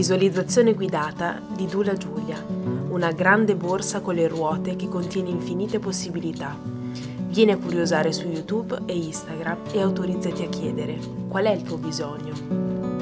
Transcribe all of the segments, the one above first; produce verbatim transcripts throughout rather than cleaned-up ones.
Visualizzazione guidata di Dula Giulia, una grande borsa con le ruote che contiene infinite possibilità. Vieni a curiosare su YouTube e Instagram e autorizzati a chiedere: qual è il tuo bisogno?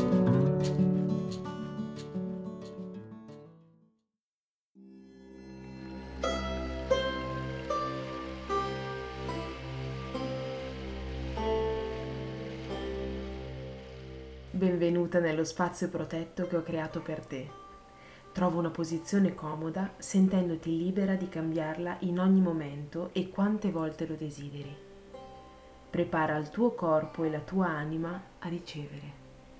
Benvenuta nello spazio protetto che ho creato per te. Trova una posizione comoda, sentendoti libera di cambiarla in ogni momento e quante volte lo desideri. Prepara il tuo corpo e la tua anima a ricevere.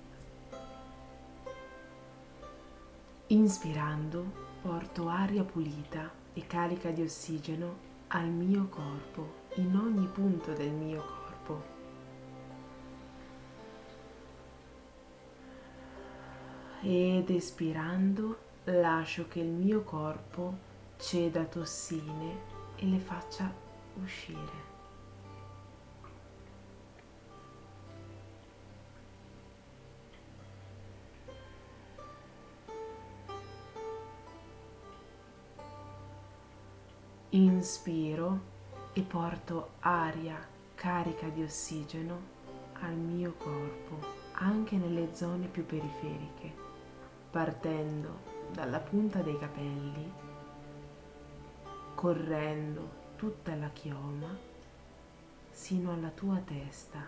Inspirando, porto aria pulita e carica di ossigeno al mio corpo, in ogni punto del mio corpo. Ed espirando lascio che il mio corpo ceda tossine e le faccia uscire. Inspiro e porto aria carica di ossigeno al mio corpo, anche nelle zone più periferiche, partendo dalla punta dei capelli, correndo tutta la chioma sino alla tua testa,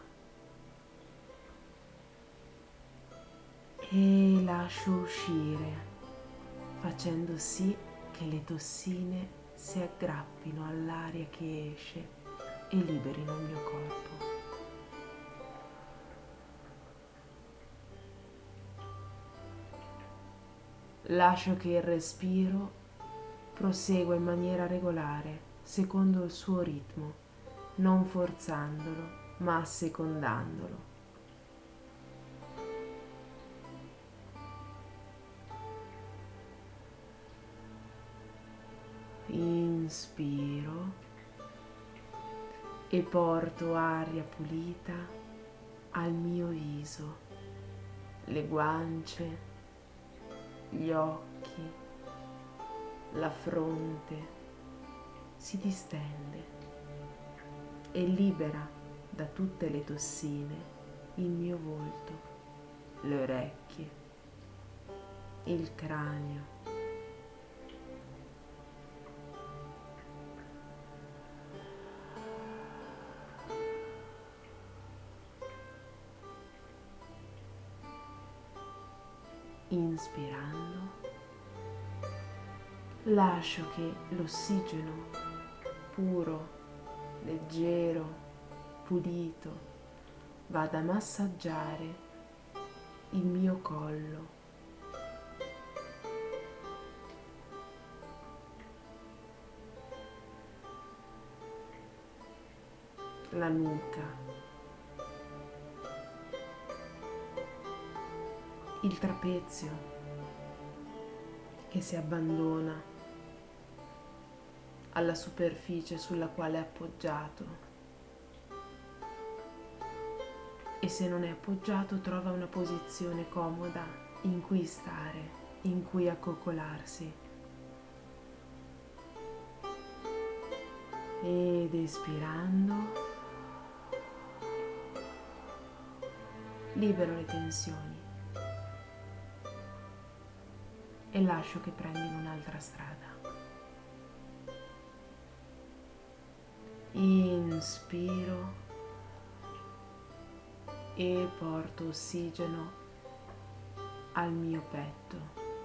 e lascio uscire, facendo sì che le tossine si aggrappino all'aria che esce e liberino il mio corpo. Lascio che il respiro prosegua in maniera regolare, secondo il suo ritmo, non forzandolo, ma assecondandolo. Inspiro e porto aria pulita al mio viso, le guance, gli occhi, la fronte si distende e libera da tutte le tossine il mio volto, le orecchie, il cranio. Inspirando, lascio che l'ossigeno puro, leggero, pulito vada a massaggiare il mio collo, la nuca, il trapezio che si abbandona alla superficie sulla quale è appoggiato, e se non è appoggiato trova una posizione comoda in cui stare, in cui accoccolarsi. Ed espirando libero le tensioni e lascio che prendino un'altra strada. Inspiro e porto ossigeno al mio petto,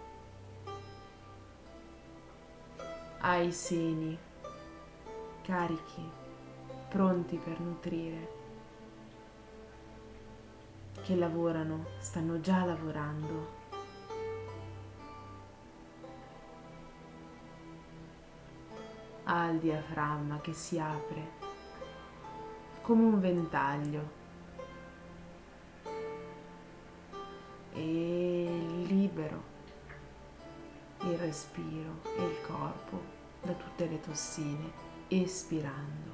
ai seni carichi, pronti per nutrire, che lavorano, stanno già lavorando. Al diaframma che si apre come un ventaglio e libero il respiro e il corpo da tutte le tossine, espirando.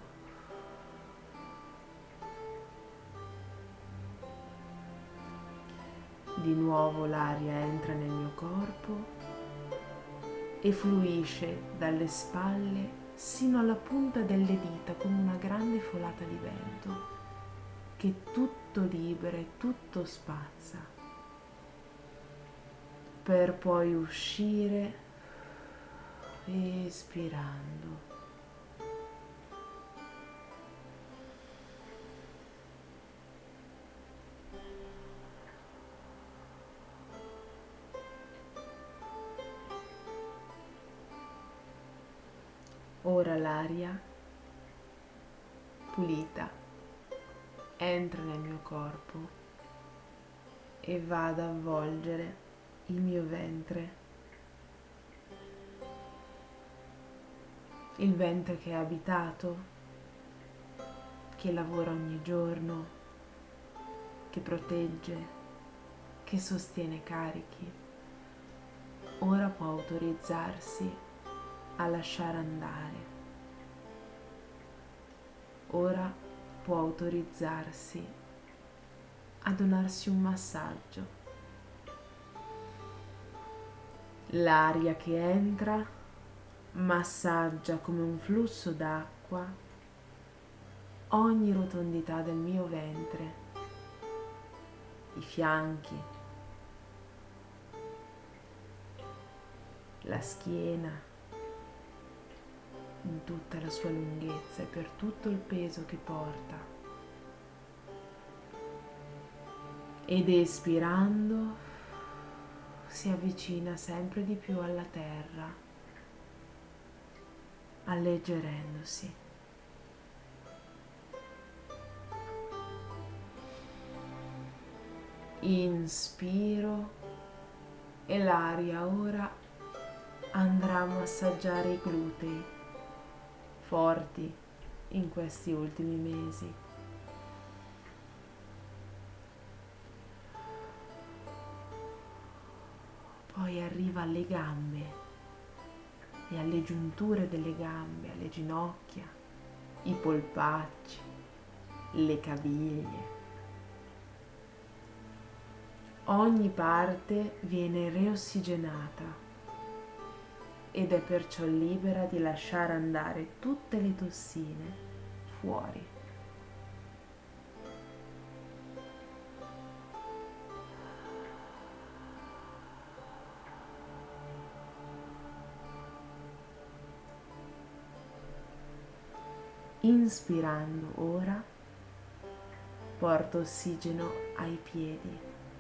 Di nuovo l'aria entra nel mio corpo e fluisce dalle spalle sino alla punta delle dita come una grande folata di vento che tutto libera e tutto spazza, per poi uscire espirando. Ora l'aria pulita entra nel mio corpo e va ad avvolgere il mio ventre, il ventre che è abitato, che lavora ogni giorno, che protegge, che sostiene carichi. Ora può autorizzarsi a lasciare andare. Ora può autorizzarsi a donarsi un massaggio. L'aria che entra massaggia come un flusso d'acqua ogni rotondità del mio ventre, i fianchi, la schiena, in tutta la sua lunghezza e per tutto il peso che porta. Ed espirando si avvicina sempre di più alla terra, alleggerendosi. Inspiro e l'aria ora andrà a massaggiare i glutei, forti in questi ultimi mesi. Poi arriva alle gambe e alle giunture delle gambe, alle ginocchia, i polpacci, le caviglie. Ogni parte viene reossigenata ed è perciò libera di lasciare andare tutte le tossine fuori. Inspirando ora, porto ossigeno ai piedi,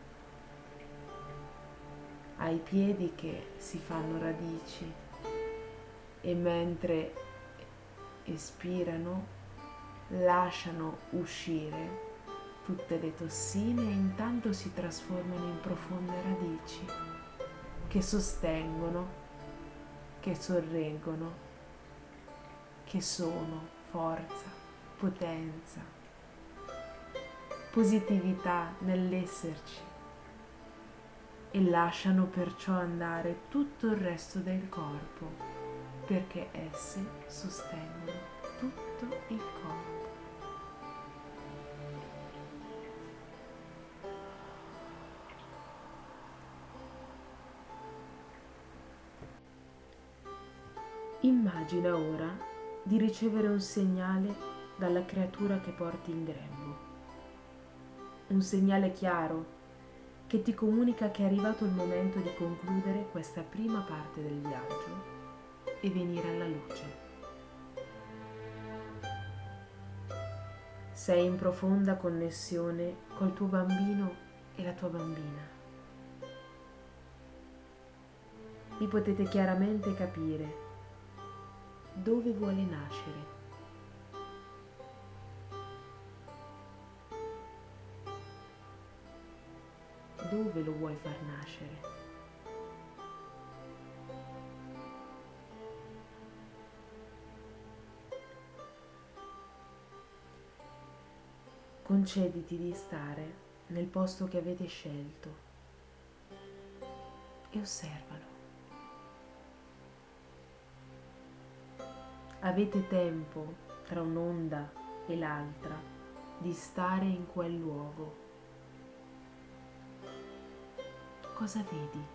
ai piedi che si fanno radici e mentre espirano lasciano uscire tutte le tossine e intanto si trasformano in profonde radici che sostengono, che sorreggono, che sono forza, potenza, positività nell'esserci e lasciano perciò andare tutto il resto del corpo perché essi sostengono tutto il corpo. Immagina ora di ricevere un segnale dalla creatura che porti in grembo, un segnale chiaro che ti comunica che è arrivato il momento di concludere questa prima parte del viaggio e venire alla luce. Sei in profonda connessione col tuo bambino e la tua bambina. Vi potete chiaramente capire dove vuole nascere. Dove lo vuoi far nascere? Concediti di stare nel posto che avete scelto e osservalo. Avete tempo tra un'onda e l'altra di stare in quel luogo. Cosa vedi?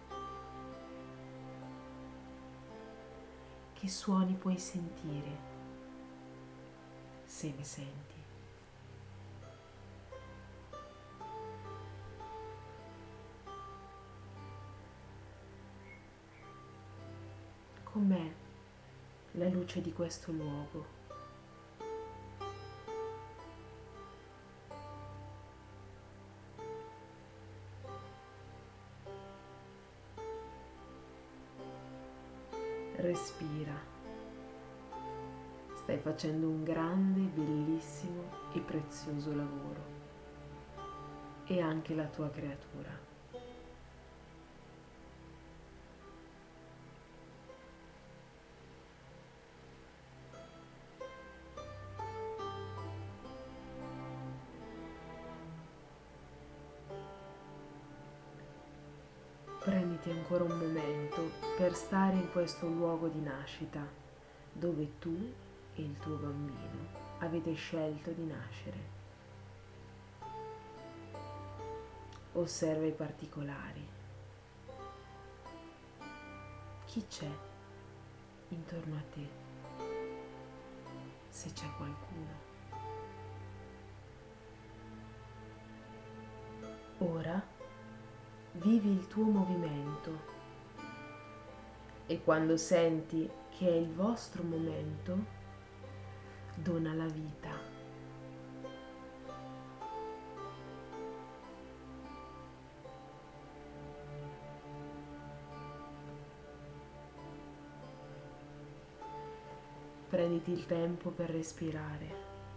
Che suoni puoi sentire, se ne senti? Com'è la luce di questo luogo? Respira. Stai facendo un grande, bellissimo e prezioso lavoro. E anche la tua creatura. Prenditi ancora un momento per stare in questo luogo di nascita, dove tu e il tuo bambino avete scelto di nascere. Osserva i particolari. Chi c'è intorno a te? Se c'è qualcuno. Ora vivi il tuo movimento e quando senti che è il vostro momento, dona la vita. Prenditi il tempo per respirare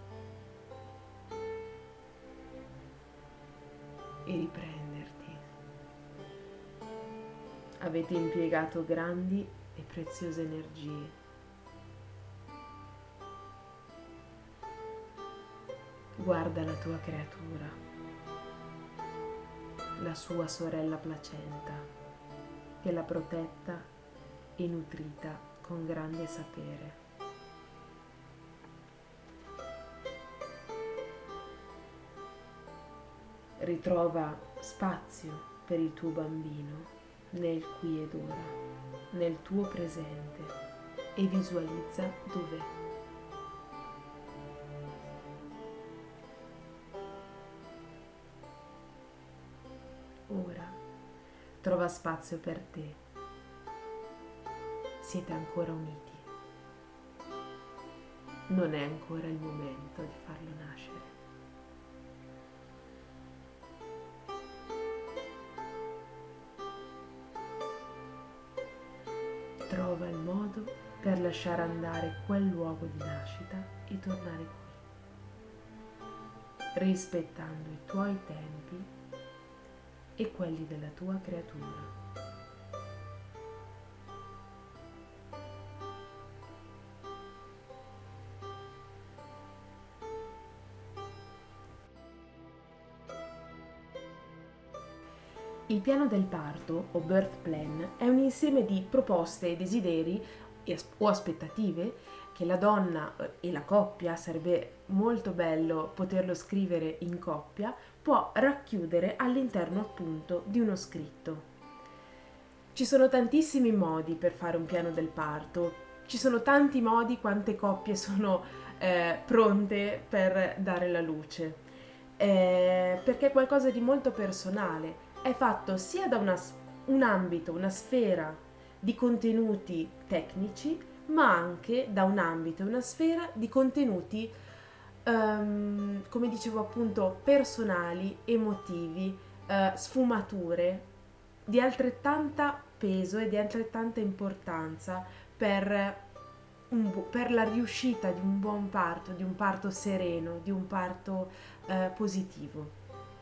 e riprenderti. Avete impiegato grandi e preziose energie. Guarda la tua creatura, la sua sorella placenta, che l'ha protetta e nutrita con grande sapere. Ritrova spazio per il tuo bambino nel qui ed ora, nel tuo presente, e visualizza dov'è. Ora trova spazio per te. Siete ancora uniti. Non è ancora il momento di farlo nascere. Trova il modo per lasciare andare quel luogo di nascita e tornare qui, rispettando i tuoi tempi e quelli della tua creatura. Il piano del parto, o birth plan, è un insieme di proposte e desideri o aspettative che la donna e la coppia, sarebbe molto bello poterlo scrivere in coppia, può racchiudere all'interno appunto di uno scritto. Ci sono tantissimi modi per fare un piano del parto, ci sono tanti modi quante coppie sono eh, pronte per dare la luce, eh, perché è qualcosa di molto personale. È fatto sia da una, un ambito, una sfera di contenuti tecnici, ma anche da un ambito, una sfera di contenuti, um, come dicevo appunto, personali, emotivi, uh, sfumature, di altrettanta peso e di altrettanta importanza per, un, per la riuscita di un buon parto, di un parto sereno, di un parto uh, positivo.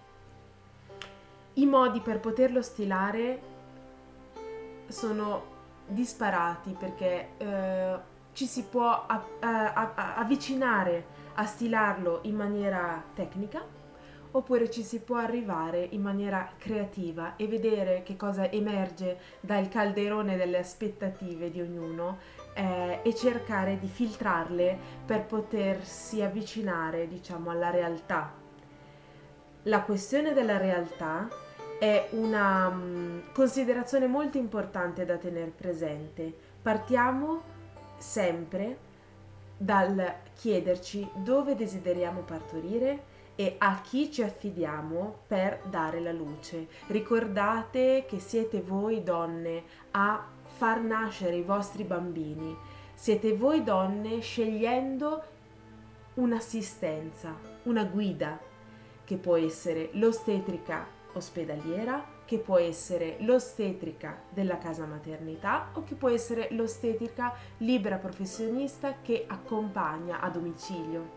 I modi per poterlo stilare sono disparati perché eh, ci si può a, a, a, avvicinare a stilarlo in maniera tecnica, oppure ci si può arrivare in maniera creativa e vedere che cosa emerge dal calderone delle aspettative di ognuno eh, e cercare di filtrarle per potersi avvicinare, diciamo, alla realtà. La questione della realtà è una um, considerazione molto importante da tenere presente. Partiamo sempre dal chiederci dove desideriamo partorire e a chi ci affidiamo per dare la luce. Ricordate che siete voi donne a far nascere i vostri bambini, siete voi donne scegliendo un'assistenza, una guida, che può essere l'ostetrica ospedaliera, che può essere l'ostetrica della casa maternità o che può essere l'ostetrica libera professionista che accompagna a domicilio.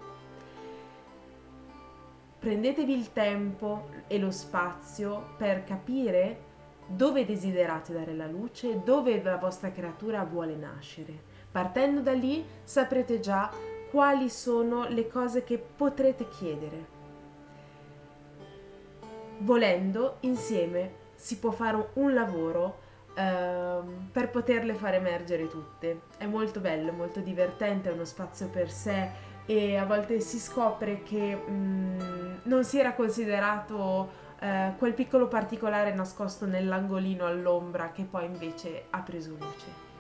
Prendetevi il tempo e lo spazio per capire dove desiderate dare la luce, dove la vostra creatura vuole nascere. Partendo da lì saprete già quali sono le cose che potrete chiedere. Volendo, insieme si può fare un lavoro ehm, per poterle far emergere tutte. È molto bello, molto divertente, è uno spazio per sé e a volte si scopre che mh, non si era considerato eh, quel piccolo particolare nascosto nell'angolino all'ombra che poi invece ha preso luce.